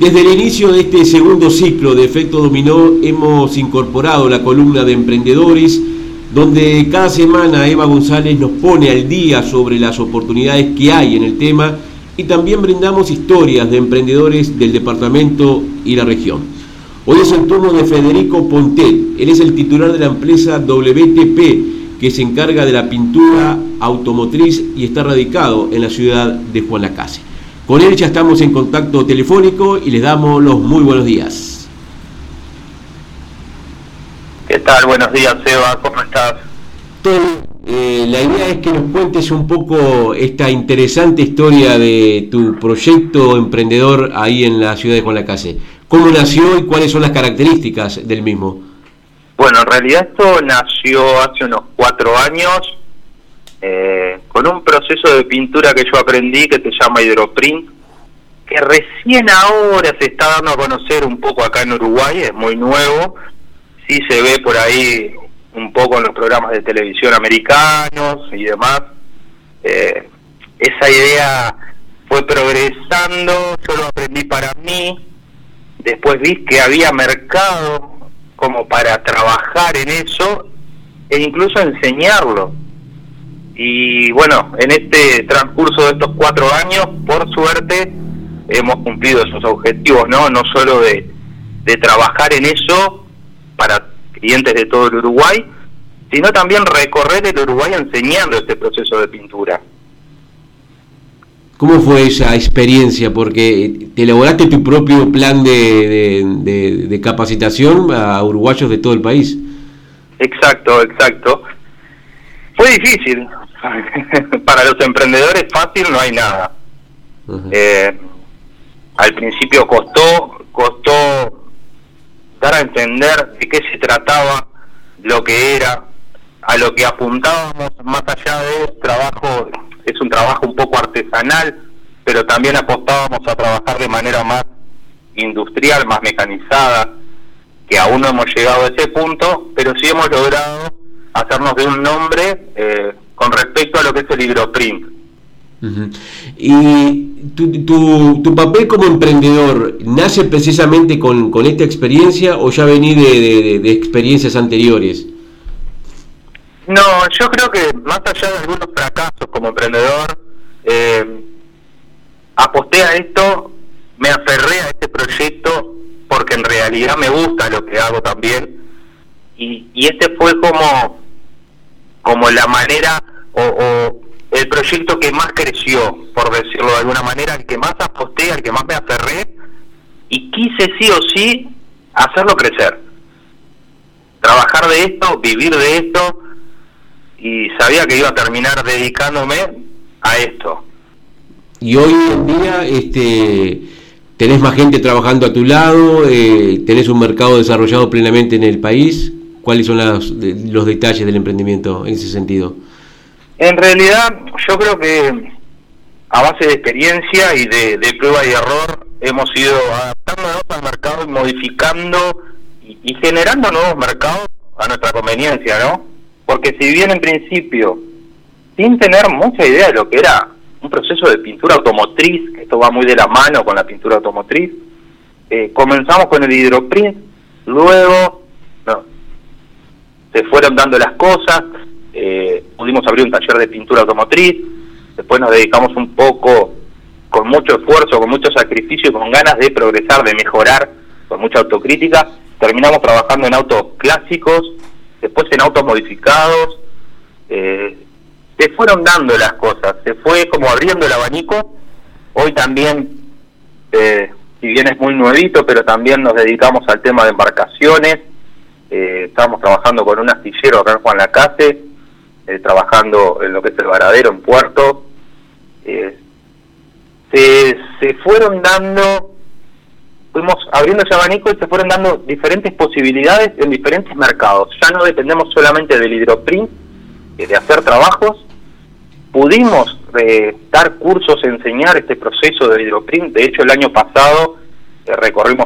Desde el inicio de este segundo ciclo de Efecto Dominó hemos incorporado la columna de emprendedores, donde cada semana Eva González nos pone al día sobre las oportunidades que hay en el tema y también brindamos historias de emprendedores del departamento y la región. Hoy es el turno de Federico Pontet. Él es el titular de la empresa WTP, que se encarga de la pintura automotriz y está radicado en la ciudad de Juan Lacase. Con él ya estamos en contacto telefónico y les damos los muy buenos días. ¿Qué tal? Buenos días, Eva. ¿Cómo estás? La idea es que nos cuentes un poco esta interesante historia de tu proyecto emprendedor ahí en la ciudad de Juan Lacase. ¿Cómo nació y cuáles son las características del mismo? Bueno, en realidad esto nació hace unos 4 años con un proceso de pintura que yo aprendí que se llama hidroprint, que recién ahora se está dando a conocer un poco acá en Uruguay, es muy nuevo, sí se ve por ahí un poco en los programas de televisión americanos y demás. Esa idea fue progresando, yo lo aprendí para mí, después vi que había mercado como para trabajar en eso e incluso enseñarlo. Y bueno, en este transcurso de estos 4 años, por suerte, hemos cumplido esos objetivos, ¿no? No solo de trabajar en eso para clientes de todo el Uruguay, sino también recorrer el Uruguay enseñando este proceso de pintura. ¿Cómo fue esa experiencia? Porque te elaboraste tu propio plan de capacitación a uruguayos de todo el país. Exacto. Fue difícil. Para los emprendedores fácil no hay nada. Uh-huh. Al principio costó dar a entender de qué se trataba, lo que era, a lo que apuntábamos. Más allá de trabajo, es un trabajo un poco artesanal, pero también apostábamos a trabajar de manera más industrial, más mecanizada, que aún no hemos llegado a ese punto, pero sí hemos logrado hacernos de un nombre con respecto a lo que es el hidroprint. Uh-huh. ¿Y tu papel como emprendedor nace precisamente con esta experiencia o ya venís de experiencias anteriores? No, yo creo que más allá de algunos fracasos como emprendedor, aposté a esto, me aferré a este proyecto porque en realidad me gusta lo que hago también, y este fue como la manera o el proyecto que más creció, por decirlo de alguna manera, el que más aposté, al que más me aferré, y quise sí o sí hacerlo crecer, trabajar de esto, vivir de esto, y sabía que iba a terminar dedicándome a esto. Y hoy en día tenés más gente trabajando a tu lado, tenés un mercado desarrollado plenamente en el país. ¿Cuáles son los detalles del emprendimiento en ese sentido? En realidad, yo creo que a base de experiencia y de prueba y error hemos ido adaptándonos al mercado y modificando y generando nuevos mercados a nuestra conveniencia, ¿no? Porque si bien en principio, sin tener mucha idea de lo que era un proceso de pintura automotriz, que esto va muy de la mano con la pintura automotriz, comenzamos con el hidroprint, luego se fueron dando las cosas, pudimos abrir un taller de pintura automotriz, después nos dedicamos un poco, con mucho esfuerzo, con mucho sacrificio, con ganas de progresar, de mejorar, con mucha autocrítica, terminamos trabajando en autos clásicos, después en autos modificados. Se fueron dando las cosas, se fue como abriendo el abanico. Hoy también, si bien es muy nuevito, pero también nos dedicamos al tema de embarcaciones. Estamos trabajando con un astillero acá en Juan Lacase, trabajando en lo que es el varadero en Puerto. Se fueron dando, fuimos abriendo ese abanico y se fueron dando diferentes posibilidades en diferentes mercados. Ya no dependemos solamente del hidroprint, de hacer trabajos. Pudimos dar cursos, enseñar este proceso de hidroprint. De hecho, el año pasado recorrimos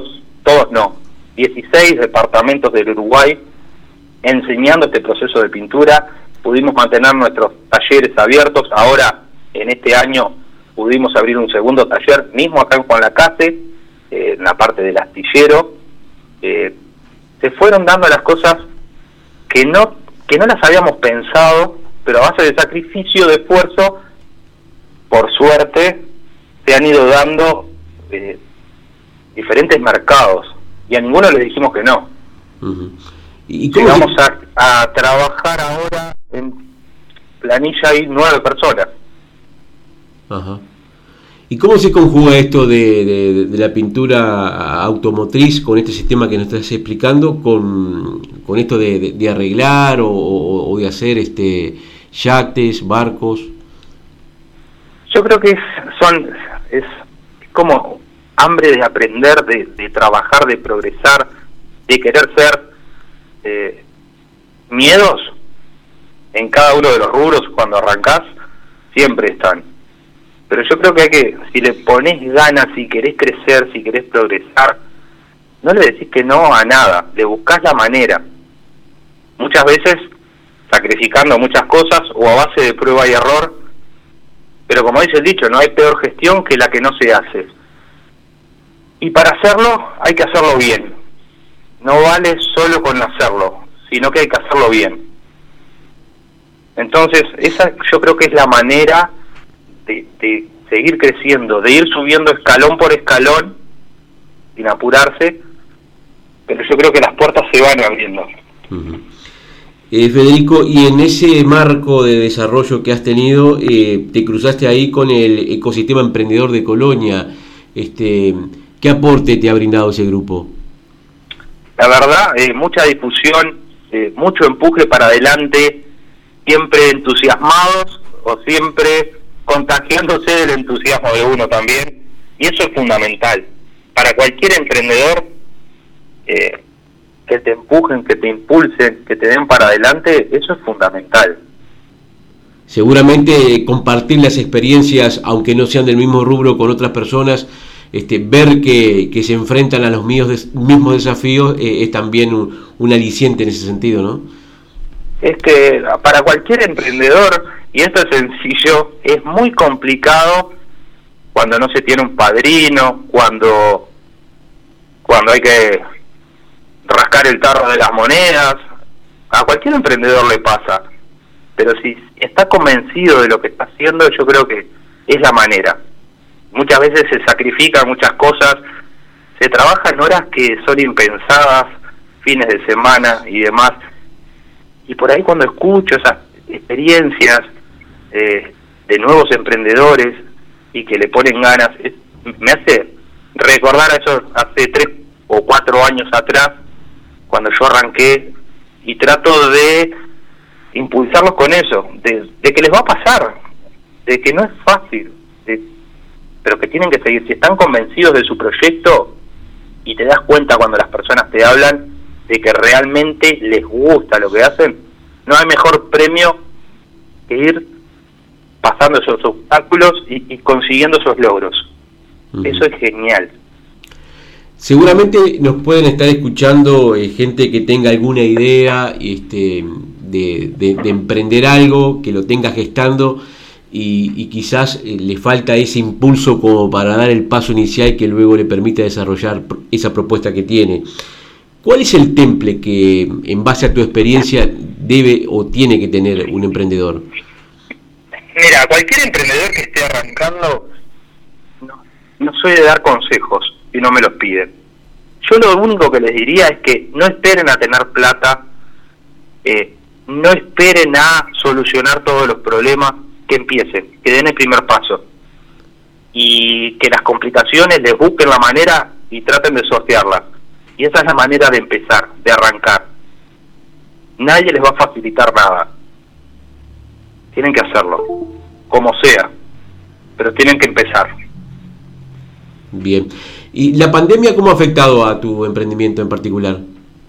16 departamentos del Uruguay enseñando este proceso de pintura. Pudimos mantener nuestros talleres abiertos. Ahora, en este año, pudimos abrir un segundo taller, mismo acá en Juan Lacase, en la parte del astillero, se fueron dando las cosas que no las habíamos pensado, pero a base de sacrificio, de esfuerzo, por suerte, se han ido dando diferentes mercados, y a ninguno le dijimos que no. Uh-huh. Llegamos a trabajar ahora en planilla hay 9 personas. Ajá. ¿Y cómo se conjuga esto de la pintura automotriz con este sistema que nos estás explicando, con esto de arreglar o de hacer yates, barcos? Yo creo que es como hambre de aprender, de trabajar, de progresar, de querer ser. Miedos en cada uno de los rubros cuando arrancás siempre están, pero yo creo que si le pones ganas, si querés crecer, si querés progresar, no le decís que no a nada, le buscás la manera, muchas veces sacrificando muchas cosas o a base de prueba y error, pero como dice el dicho, no hay peor gestión que la que no se hace, y para hacerlo hay que hacerlo bien. No vale solo con hacerlo, sino que hay que hacerlo bien. Entonces, esa yo creo que es la manera de seguir creciendo, de ir subiendo escalón por escalón, sin apurarse, pero yo creo que las puertas se van abriendo. Uh-huh. Federico, y en ese marco de desarrollo que has tenido, te cruzaste ahí con el ecosistema emprendedor de Colonia. ¿Qué aporte te ha brindado ese grupo? La verdad, mucha difusión, mucho empuje para adelante, siempre entusiasmados o siempre contagiándose del entusiasmo de uno también, y eso es fundamental. Para cualquier emprendedor, que te empujen, que te impulsen, que te den para adelante, eso es fundamental. Seguramente compartir las experiencias, aunque no sean del mismo rubro, con otras personas, ver que se enfrentan a los mismos desafíos es también un aliciente en ese sentido, ¿no? Es que para cualquier emprendedor, y esto es sencillo, es muy complicado cuando no se tiene un padrino, cuando hay que rascar el tarro de las monedas. A cualquier emprendedor le pasa, pero si está convencido de lo que está haciendo, yo creo que es la manera. Muchas veces se sacrifican muchas cosas, se trabaja en horas que son impensadas, fines de semana y demás, y por ahí cuando escucho esas experiencias de nuevos emprendedores y que le ponen ganas, me hace recordar a eso hace 3 o 4 años atrás, cuando yo arranqué, y trato de impulsarlos con eso, de que les va a pasar, de que no es fácil, pero que tienen que seguir. Si están convencidos de su proyecto y te das cuenta cuando las personas te hablan de que realmente les gusta lo que hacen, no hay mejor premio que ir pasando esos obstáculos y consiguiendo esos logros. Uh-huh. Eso es genial. Seguramente nos pueden estar escuchando gente que tenga alguna idea de emprender algo, que lo tenga gestando, y quizás le falta ese impulso como para dar el paso inicial que luego le permita desarrollar esa propuesta que tiene. ¿Cuál es el temple que, en base a tu experiencia, debe o tiene que tener un emprendedor? Mira, cualquier emprendedor que esté arrancando, no soy de dar consejos si no me los piden. Yo lo único que les diría es que no esperen a tener plata, no esperen a solucionar todos los problemas, que empiecen, que den el primer paso y que las complicaciones les busquen la manera y traten de sortearlas. Y esa es la manera de empezar, de arrancar. Nadie les va a facilitar nada. Tienen que hacerlo, como sea, pero tienen que empezar. Bien. ¿Y la pandemia cómo ha afectado a tu emprendimiento en particular?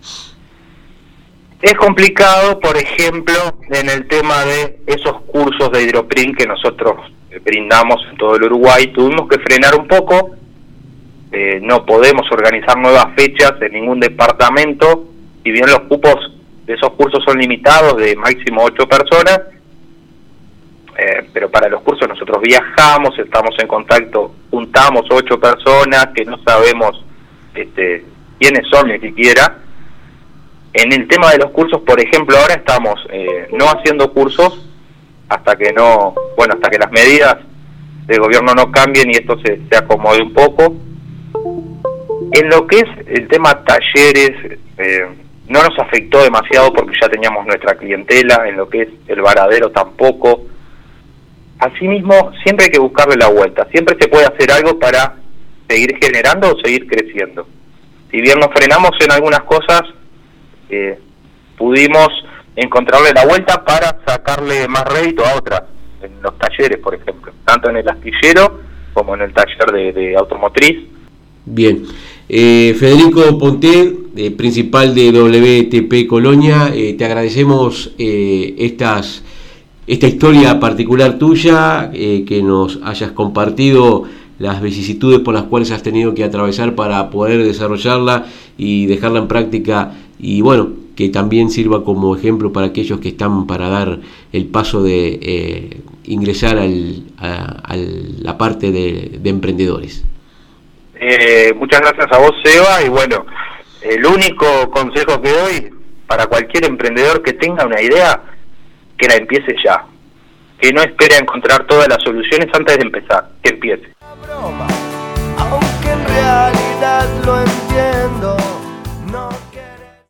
Es complicado, por ejemplo, en el tema de esos cursos de hidroprint que nosotros brindamos en todo el Uruguay. Tuvimos que frenar un poco, no podemos organizar nuevas fechas en ningún departamento, si bien los cupos de esos cursos son limitados, de máximo 8 personas, pero para los cursos nosotros viajamos, estamos en contacto, juntamos 8 personas que no sabemos quiénes son ni siquiera. En el tema de los cursos, por ejemplo, ahora estamos no haciendo cursos hasta que las medidas del gobierno no cambien y esto se acomode un poco. En lo que es el tema talleres, no nos afectó demasiado porque ya teníamos nuestra clientela. En lo que es el varadero tampoco. Asimismo, siempre hay que buscarle la vuelta, siempre se puede hacer algo para seguir generando o seguir creciendo. Si bien nos frenamos en algunas cosas, pudimos encontrarle la vuelta para sacarle más rédito a otras, en los talleres, por ejemplo, tanto en el astillero como en el taller de automotriz. Bien. Federico Ponté, principal de WTP Colonia, te agradecemos esta historia particular tuya, que nos hayas compartido las vicisitudes por las cuales has tenido que atravesar para poder desarrollarla y dejarla en práctica, y bueno, que también sirva como ejemplo para aquellos que están para dar el paso de ingresar a la parte de emprendedores. Muchas gracias a vos, Seba, y bueno, el único consejo que doy para cualquier emprendedor que tenga una idea, que la empiece ya, que no espere a encontrar todas las soluciones antes de empezar, que empiece. Aunque en realidad lo